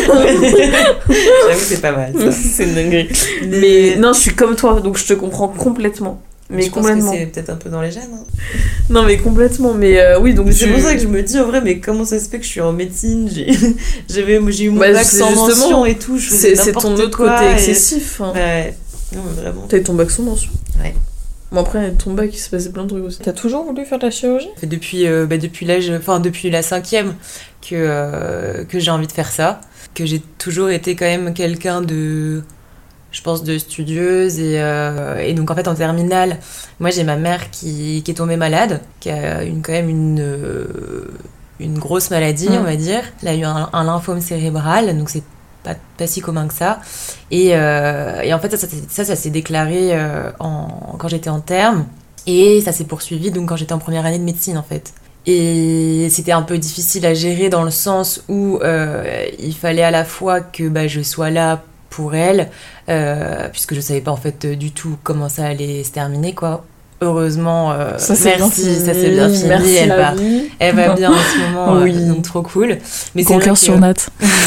J'avoue, c'est pas mal, ça. C'est une dinguerie. Mais... mais non, je suis comme toi, donc je te comprends complètement. Mais je complètement. pense que c'est peut-être un peu dans les gènes. Hein. Non, mais complètement. Mais euh, oui, donc c'est je... pour ça que je me dis, en vrai, mais comment ça se fait que je suis en médecine, j'ai, J'avais... j'ai eu mon bah, bac sans mention et tout. Je c'est c'est ton autre côté et... excessif. Hein. Ouais. Non, mais vraiment. T'as eu ton bac sans mention. Ouais. Bon, après, ton bac, il s'est passé plein de trucs aussi. T'as toujours voulu faire de la chirurgie ? Depuis, euh, bah, depuis l'âge, enfin, depuis la cinquième, que, euh, que j'ai envie de faire ça. Que j'ai toujours été quand même quelqu'un de, je pense, de studieuse. Et, euh, et donc, en fait, en terminale, moi, j'ai ma mère qui, qui est tombée malade, qui a une, quand même une, euh, une grosse maladie, mmh. on va dire. Elle a eu un, un lymphome cérébral, donc c'est Pas, pas si commun que ça. Et, euh, et en fait, ça, ça, ça, ça s'est déclaré euh, en, quand j'étais en terme. Et ça s'est poursuivi donc, quand j'étais en première année de médecine, en fait. Et c'était un peu difficile à gérer dans le sens où euh, il fallait à la fois que bah, je sois là pour elle, euh, puisque je savais pas, en fait, du tout comment ça allait se terminer, quoi. Heureusement, euh, ça merci, ça s'est bien fini, merci elle, va, vie. elle va bien en ce moment, oui. euh, donc trop cool. Mais c'est cœur sur Nat.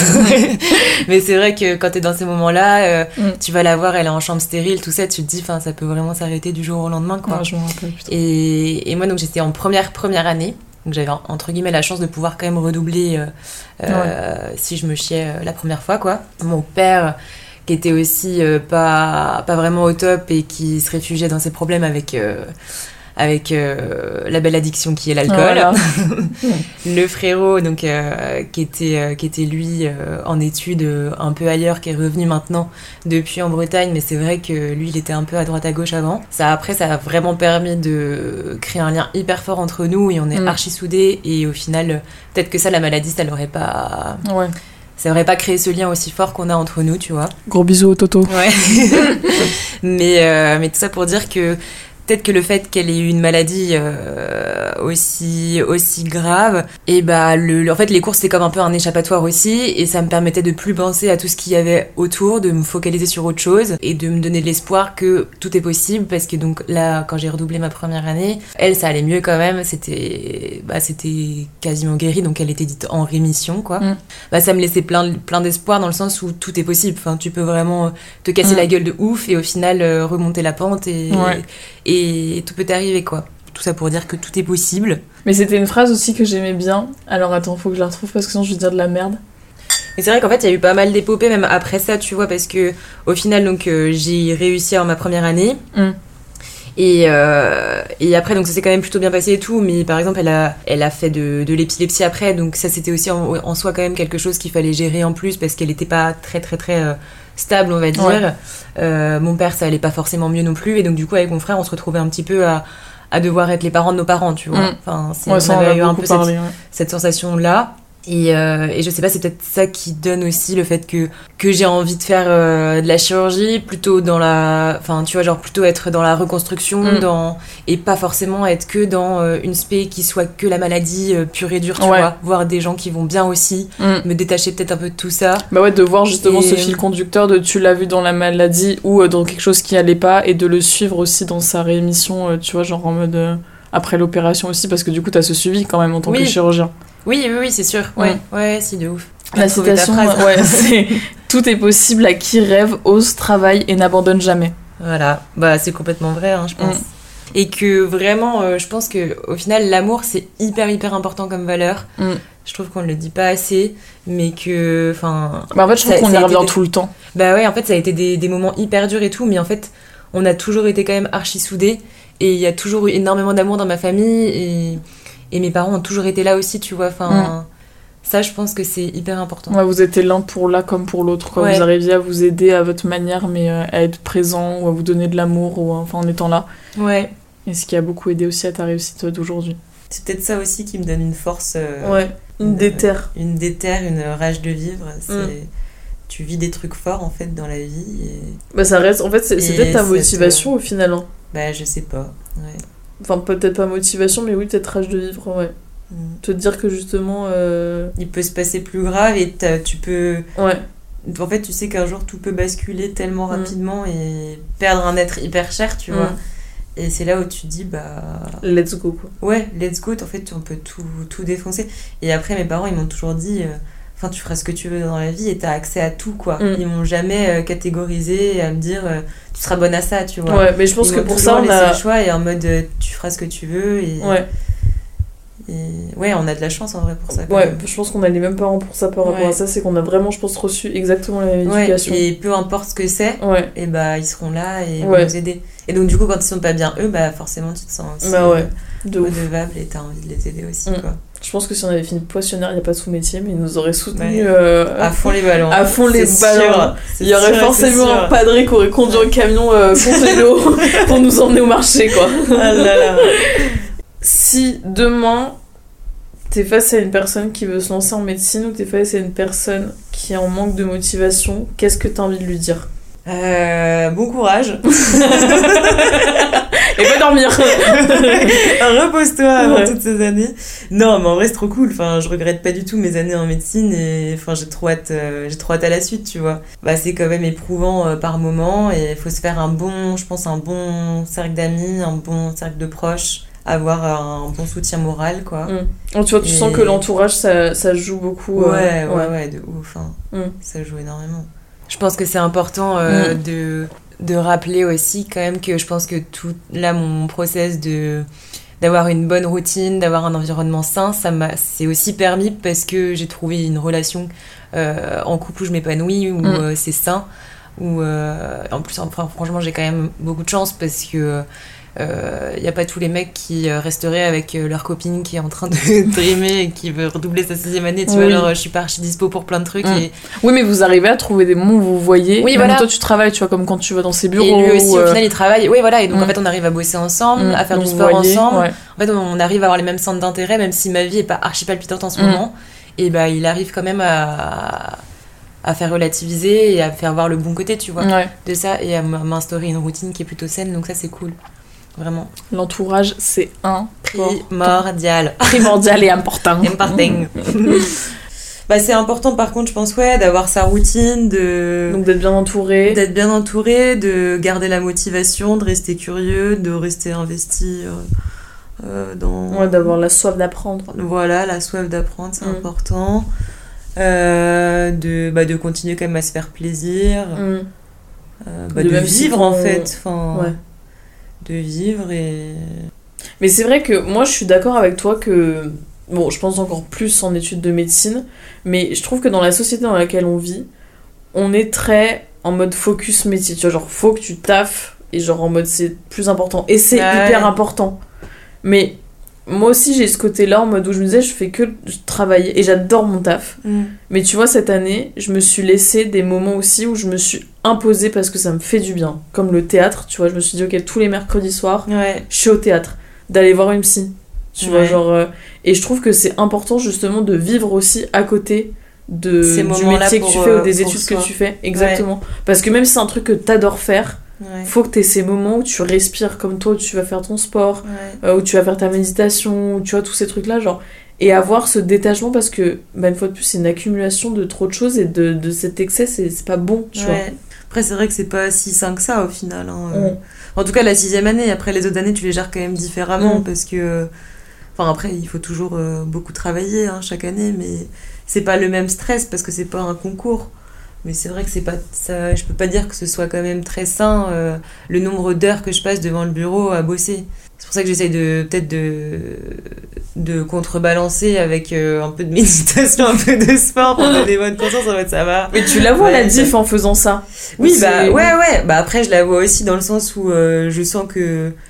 Mais c'est vrai que quand t'es dans ces moments-là, euh, mm. tu vas la voir, elle est en chambre stérile, tout ça, tu te dis, ça peut vraiment s'arrêter du jour au lendemain, quoi. Ouais, je me rappelle, et, et moi, donc, j'étais en première, première année, donc j'avais entre guillemets la chance de pouvoir quand même redoubler euh, ouais. euh, si je me chiais euh, la première fois, quoi. Mon père... qui était aussi euh, pas, pas vraiment au top et qui se réfugiait dans ses problèmes avec, euh, avec euh, la belle addiction qui est l'alcool. Voilà. Le frérot, donc, euh, qui, était, euh, qui était lui euh, en études euh, un peu ailleurs, qui est revenu maintenant depuis en Bretagne, mais c'est vrai que lui, il était un peu à droite à gauche avant. Ça, après, ça a vraiment permis de créer un lien hyper fort entre nous et on est mm. archi soudés et au final, peut-être que ça, la maladie, ça l'aurait pas... Ouais. Ça n'aurait pas créé ce lien aussi fort qu'on a entre nous, tu vois. Gros bisous au Toto. Ouais. mais, euh, mais tout ça pour dire que peut-être que le fait qu'elle ait eu une maladie euh, aussi, aussi grave, et bah, le, le, en fait, les cours, c'était comme un peu un échappatoire aussi, et ça me permettait de plus penser à tout ce qu'il y avait autour, de me focaliser sur autre chose, et de me donner de l'espoir que tout est possible, parce que donc là, quand j'ai redoublé ma première année, elle, ça allait mieux quand même, c'était, bah, c'était quasiment guéri, donc elle était dite en rémission, quoi. Mm. Bah, ça me laissait plein, plein d'espoir dans le sens où tout est possible, enfin, tu peux vraiment te casser mm. la gueule de ouf, et au final, euh, remonter la pente, et... Ouais. et Et tout peut arriver, quoi. Tout ça pour dire que tout est possible. Mais c'était une phrase aussi que j'aimais bien. Alors attends, faut que je la retrouve parce que sinon je vais dire de la merde. Et c'est vrai qu'en fait, il y a eu pas mal d'épopées même après ça, tu vois, parce que au final, donc, euh, j'ai réussi en ma première année. Mm. Et, euh, et après, donc ça s'est quand même plutôt bien passé et tout, mais par exemple, elle a, elle a fait de, de l'épilepsie après, donc ça c'était aussi en, en soi quand même quelque chose qu'il fallait gérer en plus parce qu'elle était pas très très très euh, stable, on va dire. Ouais. Euh, mon père, ça allait pas forcément mieux non plus, et donc du coup, avec mon frère, on se retrouvait un petit peu à, à devoir être les parents de nos parents, tu vois. Mm. Enfin, c'est, ouais, on ça, avait on eu un peu parlé, cette, ouais. cette sensation-là. Et, euh, et je sais pas, c'est peut-être ça qui donne aussi le fait que, que j'ai envie de faire euh, de la chirurgie, plutôt dans la... Enfin, tu vois, genre plutôt être dans la reconstruction, mm. dans, et pas forcément être que dans euh, une spé qui soit que la maladie euh, pure et dure, tu ouais. vois. Voir des gens qui vont bien aussi, mm. me détacher peut-être un peu de tout ça. Bah ouais, de voir justement et... ce fil conducteur de tu l'as vu dans la maladie ou euh, dans quelque chose qui allait pas, et de le suivre aussi dans sa réémission, euh, tu vois, genre en mode... Euh, après l'opération aussi, parce que du coup, t'as ce suivi quand même en tant oui. que chirurgien. Oui, oui, oui, c'est sûr. Ouais, ouais, ouais si, de ouf. La citation, ouais, c'est « Tout est possible à qui rêve, ose, travaille et n'abandonne jamais ». Voilà, bah c'est complètement vrai, hein, je pense. Mm. Et que vraiment, euh, je pense qu'au final, l'amour, c'est hyper, hyper important comme valeur. Mm. Je trouve qu'on ne le dit pas assez, mais que... Enfin. Bah en fait, je trouve ça, qu'on y revient des... tout le temps. Bah ouais, en fait, ça a été des, des moments hyper durs et tout, mais en fait, on a toujours été quand même archi soudés, et il y a toujours eu énormément d'amour dans ma famille, et... Et mes parents ont toujours été là aussi, tu vois. Enfin, mm. Ça, je pense que c'est hyper important. Ouais, vous étiez l'un pour l'un comme pour l'autre, quoi. Ouais. Vous arriviez à vous aider à votre manière, mais euh, à être présent ou à vous donner de l'amour, ou enfin en étant là. Ouais. Et ce qui a beaucoup aidé aussi à ta réussite d'aujourd'hui. C'est peut-être ça aussi qui me donne une force. Euh, Ouais, une une- déterre. Une déterre, une rage de vivre. C'est... Mm. Tu vis des trucs forts, en fait, dans la vie. Et... Bah ça reste, en fait, c'est, c'est Et peut-être ta cette, motivation au final. Hein. Bah, je sais pas. Ouais. Enfin, peut-être pas motivation, mais oui, peut-être rage de vivre, ouais. Mm. Te dire que justement. Euh... Il peut se passer plus grave et t'as- tu peux... Ouais, En fait, tu sais qu'un jour, tout peut basculer tellement Mm. rapidement et perdre un être hyper cher, tu Mm. vois. Et c'est là où tu dis, bah... let's go, quoi. Ouais, let's go, en fait, on peut tout, tout défoncer. Et après, mes parents, ils m'ont toujours dit... euh, Enfin, tu feras ce que tu veux dans la vie et t'as accès à tout, quoi. Mm. Ils m'ont jamais euh, catégorisé à me dire euh, tu seras bonne à ça, tu vois. Ouais, mais je pense Ils que m'ont pour toujours ça, on laissé a. le choix et en mode euh, tu feras ce que tu veux. Et, Ouais, et- ouais, on a de la chance en vrai pour ça. quand ouais, même. je pense qu'on a les mêmes parents pour ça par rapport Ouais. à ça, c'est qu'on a vraiment, je pense, reçu exactement la même Ouais, éducation. et peu importe ce que c'est, Ouais, et bah ils seront là et ils Ouais. vont nous aider. Et donc, du coup, quand ils sont pas bien eux, bah forcément, tu te sens aussi bah ouais, euh, de ouf. redevable et t'as envie de les aider aussi, Mm. quoi. Je pense que si on avait fini poissonnaire, il n'y a pas de sous-métier, mais ils nous auraient soutenus Ouais. euh, À fond les ballons. à fond les C'est ballons. sûr, c'est Il y aurait sûr et c'est forcément sûr. un padré qui aurait conduit un camion euh, congélo pour nous emmener au marché, quoi. Ah là là. Si demain, t'es face à une personne qui veut se lancer en médecine ou t'es face à une personne qui est en manque de motivation, qu'est-ce que t'as envie de lui dire? Euh, bon courage. Et va dormir. Repose-toi avant Ouais. toutes ces années. Non, mais en vrai, c'est trop cool. Enfin, je regrette pas du tout mes années en médecine et enfin, j'ai trop hâte, euh, j'ai trop hâte à la suite, tu vois. Bah, c'est quand même éprouvant euh, par moment et il faut se faire un bon, je pense, un bon cercle d'amis, un bon cercle de proches, avoir un bon soutien moral, quoi. Mm. Donc, tu vois, tu Et- sens que l'entourage, ça, ça joue beaucoup. euh, Ouais, ouais, ouais, de ouf. Hein. Mm. Ça joue énormément. Je pense que c'est important euh, Mm. de, de rappeler aussi quand même que je pense que tout, là, mon process de d'avoir une bonne routine, d'avoir un environnement sain, ça m'a, c'est aussi permis parce que j'ai trouvé une relation euh, en couple où je m'épanouis, où Mm. euh, c'est sain, où euh, en plus, enfin, franchement, j'ai quand même beaucoup de chance parce que il euh, n'y a pas tous les mecs qui euh, resteraient avec euh, leur copine qui est en train de dreamer et qui veut redoubler sa sixième année, tu Oui. vois, genre je suis pas archi dispo pour plein de trucs. Mm. Et, Oui, mais vous arrivez à trouver des moments où vous voyez. Oui, Même voilà. toi, tu travailles, tu vois, comme quand tu vas dans ses bureaux. et lui aussi, ou, au euh, final, il travaille. Oui, voilà, et donc Mm. en fait, on arrive à bosser ensemble, mm, à faire donc du vous sport voyez, ensemble. ouais. En fait, on arrive à avoir les mêmes centres d'intérêt, même si ma vie est pas archi palpitante en ce Mm. moment. Et bah, il arrive quand même à, à faire relativiser et à faire voir le bon côté, tu vois, Ouais. de ça, et à m- m'instaurer une routine qui est plutôt saine. Donc ça, c'est cool. Vraiment. L'entourage, c'est un Primordial. primordial et important. Important. Bah, c'est important, par contre, je pense, ouais, d'avoir sa routine, de... Donc d'être bien entouré. d'être bien entouré, de garder la motivation, de rester curieux, de rester investi euh, euh, dans... Ouais, d'avoir la soif d'apprendre. Voilà, la soif d'apprendre, c'est Mm. important. Euh, de, bah, de continuer quand même à se faire plaisir. Mm. Euh, bah, De de même si vivre, ton- en fait. Enfin, Ouais. de vivre et... Mais c'est vrai que moi, je suis d'accord avec toi que... Bon, je pense encore plus en études de médecine, mais je trouve que dans la société dans laquelle on vit, on est très en mode focus métier. Tu vois, genre, faut que tu taffes, et genre en mode c'est plus important. Et c'est Ouais. hyper important. Mais moi aussi, j'ai ce côté-là en mode où je me disais, je fais que travailler, et j'adore mon taf. Mais tu vois, cette année, je me suis laissé des moments aussi où je me suis imposée parce que ça me fait du bien. Comme le théâtre, tu vois, je me suis dit, ok, tous les mercredis soirs, Ouais. je suis au théâtre, d'aller voir une psy. Tu vois, Ouais. genre. euh, et je trouve que c'est important justement de vivre aussi à côté de, Ces du moments-là métier que pour, tu fais ou euh, des pour études soi. que tu fais. Exactement. Parce que même si c'est un truc que t'adores faire, Ouais. faut que t'aies ces moments où tu respires comme toi, où tu vas faire ton sport, Ouais. euh, où tu vas faire ta méditation, où tu vois, tous ces trucs-là, genre. Et avoir ce détachement parce que, bah, une fois de plus, c'est une accumulation de trop de choses et de, de cet excès, c'est c'est pas bon, tu Ouais. Après, c'est vrai que c'est pas si sain que ça au final. Hein. vois. Euh, En tout cas, la sixième année, après les autres années, tu les gères quand même différemment Mm. parce que. Enfin, après, il faut toujours euh, beaucoup travailler hein, chaque année, mais c'est pas le même stress parce que c'est pas un concours. Mais c'est vrai que c'est pas ça. Je peux pas dire que ce soit quand même très sain euh, le nombre d'heures que je passe devant le bureau à bosser. C'est pour ça que j'essaye de peut-être de de contrebalancer avec euh, un peu de méditation, un peu de sport pour donner bonne conscience. En fait, ça va. Mais tu la vois, Ouais, la ça- diff en faisant ça. Oui, C'est- bah ouais, ouais. Bah après, je la vois aussi dans le sens où euh, je sens que.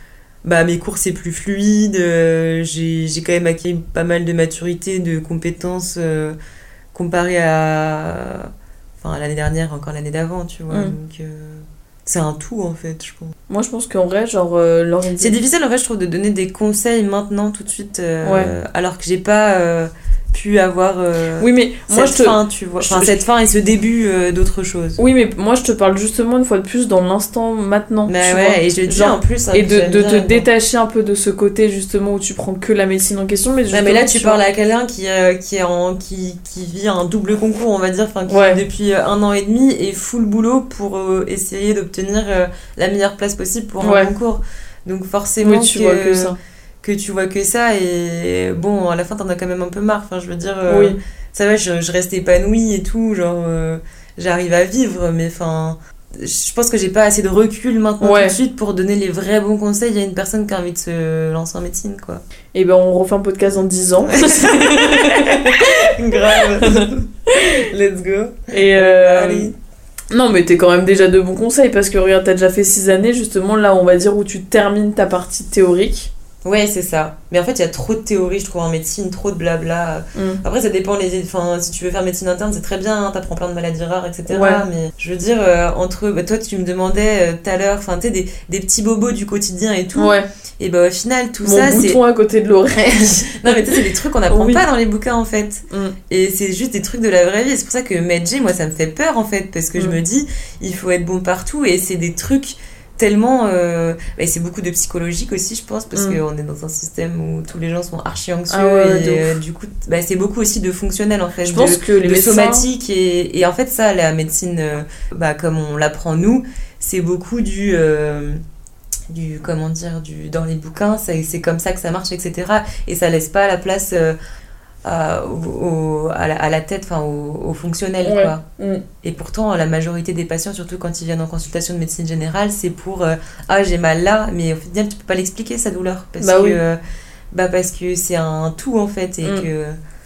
bah, mes cours c'est plus fluide, euh, j'ai, j'ai quand même acquis pas mal de maturité, de compétences euh, comparé à, enfin, à l'année dernière, encore l'année d'avant, tu vois. Mm. Donc, euh, c'est un tout en fait, je pense. Moi je pense qu'en vrai, genre, euh, l'organisation. C'est difficile en fait, je trouve, de donner des conseils maintenant, tout de suite, euh, ouais. alors que j'ai pas. Euh, pu avoir euh, oui mais moi cette je te... fin tu vois enfin je... cette fin et ce début euh, d'autre chose. Oui mais moi je te parle justement une fois de plus dans l'instant maintenant bah tu ouais vois. Et je le dis en plus hein, et de, de te détacher un peu de ce côté justement où tu prends que la médecine en question mais justement, ouais, mais là tu, tu parles vois... à quelqu'un qui euh, qui est en qui qui vit un double concours on va dire enfin qui ouais. depuis un an et demi est full boulot pour euh, essayer d'obtenir euh, la meilleure place possible pour ouais. un concours donc forcément oui, tu que, vois que ça que tu vois que ça et bon à la fin t'en as quand même un peu marre enfin je veux dire euh, oui. ça va je, je reste épanouie et tout genre euh, j'arrive à vivre mais enfin je pense que j'ai pas assez de recul maintenant ouais. tout de suite pour donner les vrais bons conseils à une personne qui a envie de se lancer en médecine quoi. Et ben on refait un podcast dans dix ans. Grave. Let's go. Et euh... allez. Non mais t'es quand même déjà de bons conseils parce que regarde t'as déjà fait six années justement là on va dire où tu termines ta partie théorique. Ouais, c'est ça. Mais en fait, il y a trop de théories, je trouve, en médecine, trop de blabla. Mm. Après, ça dépend. Les... Enfin, si tu veux faire médecine interne, c'est très bien, hein, t'apprends plein de maladies rares, et cetera. Ouais. Mais je veux dire, euh, entre. Bah, toi, tu me demandais tout euh, à l'heure, enfin, tu sais, des, des petits bobos du quotidien et tout. Ouais. Et bah, au final, tout Mon ça, c'est. Mon bouton à côté de l'oreille. Non, mais tu sais, c'est des trucs qu'on n'apprend oui. pas dans les bouquins, en fait. Mm. Et c'est juste des trucs de la vraie vie. Et c'est pour ça que Medjay, moi, ça me fait peur, en fait. Parce que mm. je me dis, il faut être bon partout. Et c'est des trucs. Tellement euh... bah, c'est beaucoup de psychologique aussi je pense parce mmh. qu'on est dans un système où tous les gens sont archi anxieux ah ouais, et euh, du coup bah, c'est beaucoup aussi de fonctionnel en fait je de, pense que les de médecins... somatique et, et en fait ça la médecine euh, bah, comme on l'apprend nous c'est beaucoup du euh, du comment dire du dans les bouquins c'est, c'est comme ça que ça marche etc et ça laisse pas la place euh, À, au, à, la, à la tête, enfin au, au fonctionnel ouais. quoi. Mm. Et pourtant la majorité des patients, surtout quand ils viennent en consultation de médecine générale, c'est pour euh, ah j'ai mal là, mais au final tu peux pas l'expliquer sa douleur parce bah que oui. euh, bah parce que c'est un tout en fait et mm. que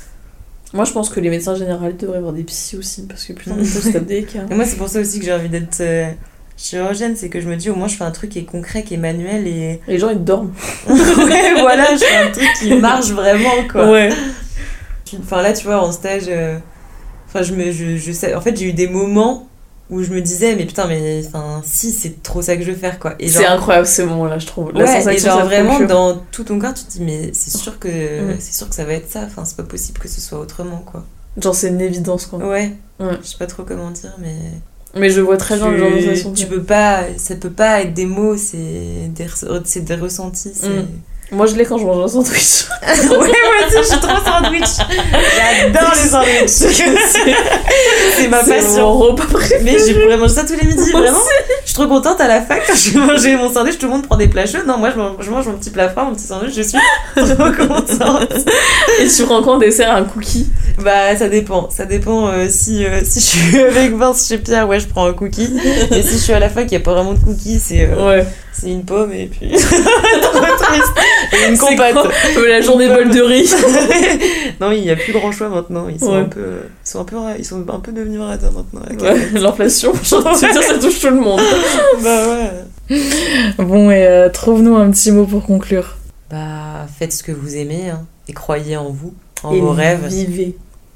moi je pense que les médecins généralistes devraient avoir des psys aussi parce que putain ils peuvent se taper des cas. Et moi c'est pour ça aussi que j'ai envie d'être euh, chirurgienne, c'est que je me dis au moins je fais un truc qui est concret, qui est manuel et les gens ils dorment. Ouais voilà, je fais un truc qui marche vraiment quoi. Ouais. Enfin là tu vois en stage euh... enfin je me je, je sais en fait j'ai eu des moments où je me disais mais putain mais enfin si c'est trop ça que je veux faire quoi et genre, c'est incroyable ces moments là je trouve la ouais, sensation et genre vraiment procure. Dans tout ton corps tu te dis mais c'est sûr que mmh. c'est sûr que ça va être ça enfin c'est pas possible que ce soit autrement quoi genre c'est une évidence quoi ouais, ouais. Je sais pas trop comment dire mais mais je vois très bien le genre de sensation tu peux pas ça peut pas être des mots c'est des c'est des ressentis c'est mmh. Moi je l'ai quand je mange un sandwich. Ouais, moi aussi je suis trop sandwich. J'adore les sandwichs. c'est, c'est ma c'est passion. Mon repas préféré. Mais je pourrais manger ça tous les midis, vraiment. Je suis trop contente à la fac quand je mangeais mon sandwich, tout le monde prend des plats chauds. Non, moi je mange, je mange mon petit plat froid, mon petit sandwich, je suis trop contente. Et tu prends quand en dessert un cookie? Bah ça dépend, ça dépend euh, si, euh, si je suis avec Vince chez Pierre, ouais je prends un cookie. Et si je suis à la fac, il n'y a pas vraiment de cookies, c'est, euh, ouais. c'est une pomme et puis... trop triste. Et une compote. La journée de bol de riz. Non, il n'y a plus grand choix maintenant. Ils sont, ouais. un, peu, ils sont, un, peu, ils sont un peu devenus radins maintenant. Ouais, l'inflation, je veux dire, ça touche tout le monde. Bah ouais. Bon, et euh, trouve-nous un petit mot pour conclure. Bah, faites ce que vous aimez hein, et croyez en vous, en et vos rêves. Vivez.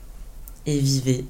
Et vivez.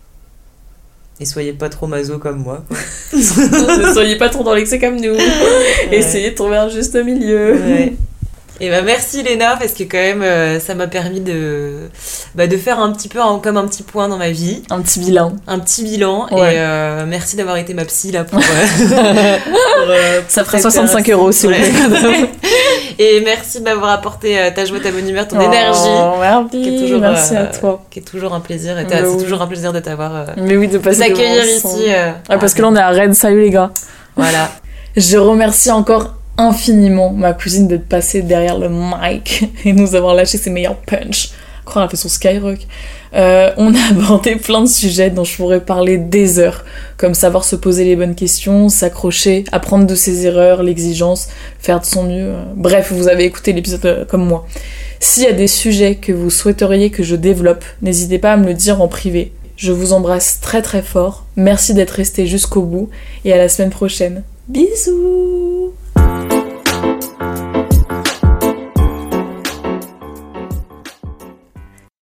Et soyez pas trop maso comme moi. Ne soyez pas trop dans l'excès comme nous. Ouais. Essayez de trouver un juste milieu. Ouais. Et bah merci Léna parce que quand même euh, ça m'a permis de bah, de faire un petit peu un, comme un petit point dans ma vie, un petit bilan, un petit bilan ouais. Et euh, merci d'avoir été ma psy là pour, euh, pour euh, ça ferait soixante-cinq euros s'il vous plaît. Et merci de m'avoir apporté euh, ta joie, ta bonne humeur, ton oh, énergie. Merci, qui est toujours, merci euh, à toi. Qui est toujours un plaisir. Et c'est oui. toujours un plaisir de t'avoir. Euh, Mais oui, de passer t'accueillir ici. Euh, ouais, parce que là on est à Rennes. Salut les gars. Voilà. Je remercie encore infiniment ma cousine d'être passée derrière le mic et nous avoir lâché ses meilleurs punchs. Croire, elle a fait son Skyrock. Euh, on a abordé plein de sujets dont je pourrais parler des heures, comme savoir se poser les bonnes questions, s'accrocher, apprendre de ses erreurs, l'exigence, faire de son mieux. Bref, vous avez écouté l'épisode comme moi. S'il y a des sujets que vous souhaiteriez que je développe, n'hésitez pas à me le dire en privé. Je vous embrasse très très fort. Merci d'être resté jusqu'au bout et à la semaine prochaine. Bisous.